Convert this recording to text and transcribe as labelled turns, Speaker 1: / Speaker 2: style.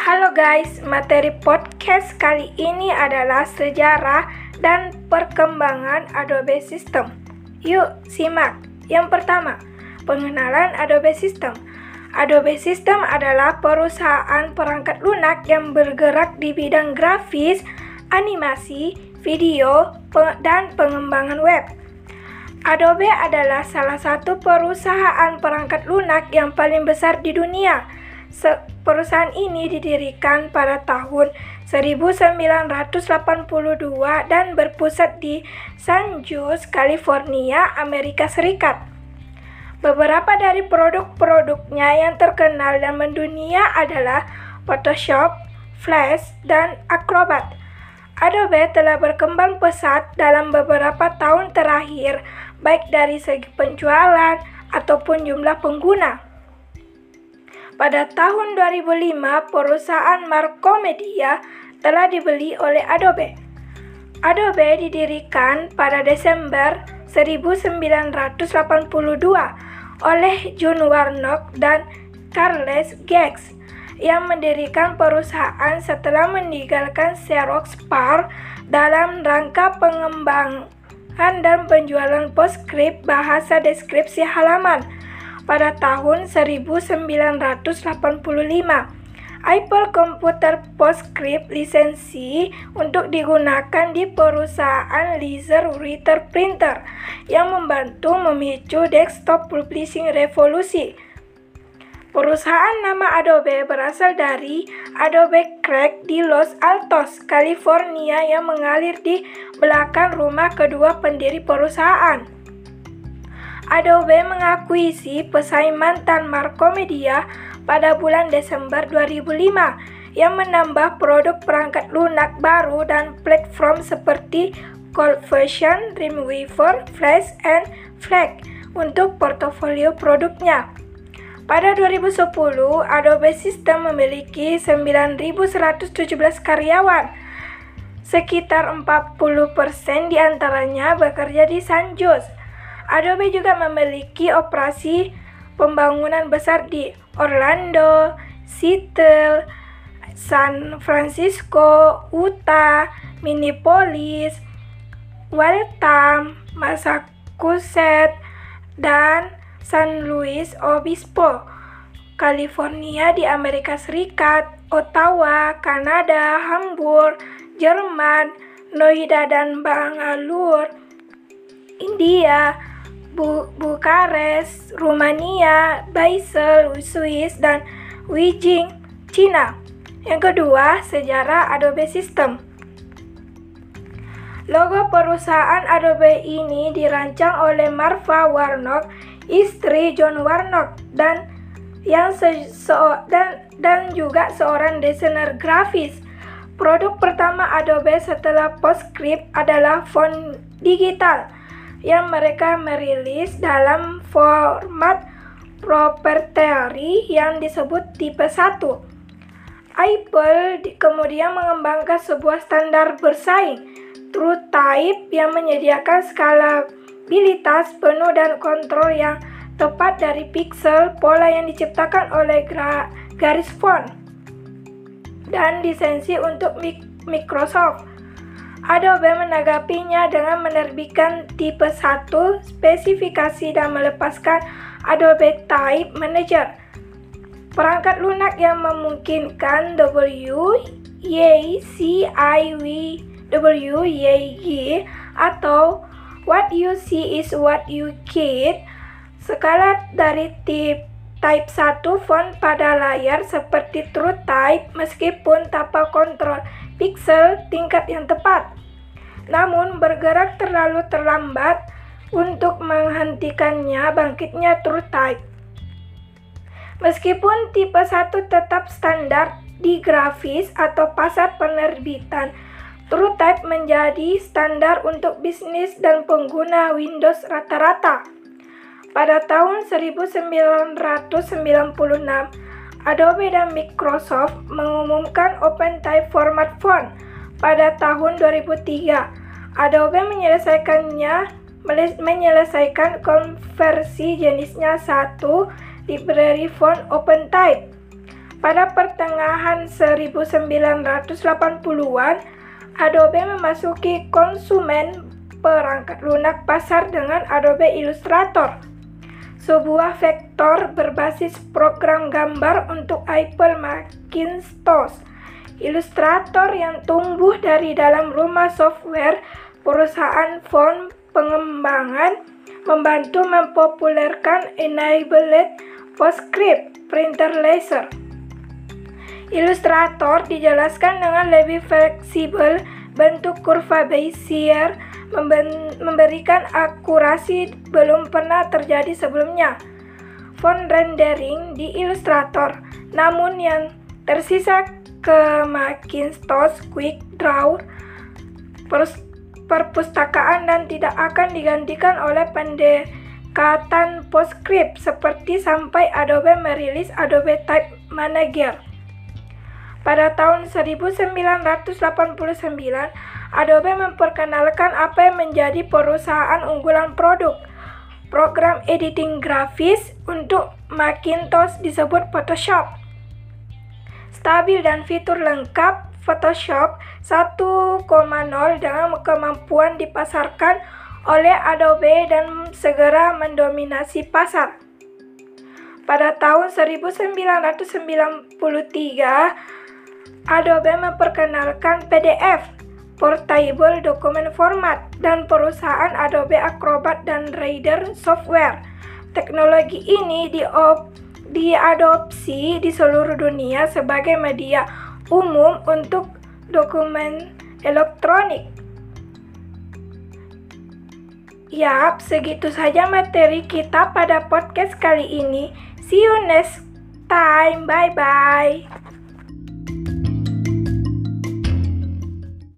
Speaker 1: Halo guys, materi podcast kali ini adalah sejarah dan perkembangan Adobe System. Yuk, simak. Yang pertama, pengenalan Adobe System. Adobe System adalah perusahaan perangkat lunak yang bergerak di bidang grafis, animasi, video, dan pengembangan web. Adobe adalah salah satu perusahaan perangkat lunak yang paling besar di dunia. Perusahaan ini didirikan pada tahun 1982 dan berpusat di San Jose, California, Amerika Serikat. Beberapa dari produk-produknya yang terkenal dan mendunia adalah Photoshop, Flash, dan Acrobat. Adobe telah berkembang pesat dalam beberapa tahun terakhir, baik dari segi penjualan ataupun jumlah pengguna. Pada tahun 2005, perusahaan Macromedia telah dibeli oleh Adobe. Adobe didirikan pada Desember 1982 oleh John Warnock dan Charles Gates yang mendirikan perusahaan setelah meninggalkan Xerox PARC dalam rangka pengembangan dan penjualan PostScript bahasa deskripsi halaman. Pada tahun 1985, Apple Computer PostScript lisensi untuk digunakan di perusahaan Laser Writer Printer yang membantu memicu desktop publishing revolusi. Perusahaan nama Adobe berasal dari Adobe Creek di Los Altos, California yang mengalir di belakang rumah kedua pendiri perusahaan. Adobe mengakuisisi pesaing mantan Macromedia pada bulan Desember 2005 yang menambah produk perangkat lunak baru dan platform seperti ColdFusion, Dreamweaver, Flash, and Flex untuk portofolio produknya. Pada 2010, Adobe System memiliki 9.117 karyawan. Sekitar 40% diantaranya bekerja di San Jose. Adobe juga memiliki operasi pembangunan besar di Orlando, Seattle, San Francisco, Utah, Minneapolis, Waltham, Massachusetts, dan San Luis Obispo, California di Amerika Serikat, Ottawa, Kanada, Hamburg, Jerman, Noida dan Bangalore, India, Bukares, Rumania, Basel, Swiss, dan Beijing, China. Yang kedua, sejarah Adobe System. Logo perusahaan Adobe ini dirancang oleh Marva Warnock, istri John Warnock, dan juga seorang desainer grafis. Produk pertama Adobe setelah PostScript adalah font digital yang mereka merilis dalam format proprietary yang disebut tipe 1. Apple kemudian mengembangkan sebuah standar bersaing, TrueType, yang menyediakan skalabilitas penuh dan kontrol yang tepat dari pixel pola yang diciptakan oleh garis font dan lisensi untuk Microsoft. Adobe menanggapinya dengan menerbitkan tipe 1 spesifikasi dan melepaskan Adobe Type Manager, perangkat lunak yang memungkinkan WYSIWY atau What You See is What You Get. Skala dari Type 1 font pada layar seperti TrueType meskipun tanpa kontrol pixel tingkat yang tepat, namun bergerak terlalu terlambat untuk menghentikannya bangkitnya TrueType. Meskipun tipe 1 tetap standar di grafis atau pasar penerbitan, TrueType menjadi standar untuk bisnis dan pengguna Windows rata-rata. Pada tahun 1996, Adobe dan Microsoft mengumumkan OpenType format font. Pada tahun 2003, Adobe menyelesaikan konversi jenisnya 1 library font OpenType. Pada pertengahan 1980-an, Adobe memasuki konsumen perangkat lunak pasar dengan Adobe Illustrator, sebuah vektor berbasis program gambar untuk Apple Macintosh. Illustrator yang tumbuh dari dalam rumah software perusahaan font pengembangan membantu mempopulerkan Enabled PostScript printer laser. Illustrator dijelaskan dengan lebih fleksibel, bentuk kurva Bezier memberikan akurasi belum pernah terjadi sebelumnya. Font rendering di Illustrator, namun yang tersisa ke Macintosh Quick Draw perpustakaan dan tidak akan digantikan oleh pendekatan PostScript seperti sampai Adobe merilis Adobe Type Manager. Pada tahun 1989, Adobe memperkenalkan apa yang menjadi perusahaan unggulan program editing grafis untuk Macintosh disebut Photoshop. Stabil dan fitur lengkap, Photoshop 1.0 dengan kemampuan dipasarkan oleh Adobe dan segera mendominasi pasar. Pada tahun 1993, Adobe memperkenalkan PDF, Portable Document Format, dan perusahaan Adobe Acrobat dan Reader Software. Teknologi ini diadopsi di seluruh dunia sebagai media umum untuk dokumen elektronik. Yap, segitu saja materi kita pada podcast kali ini. See you next time. Bye-bye.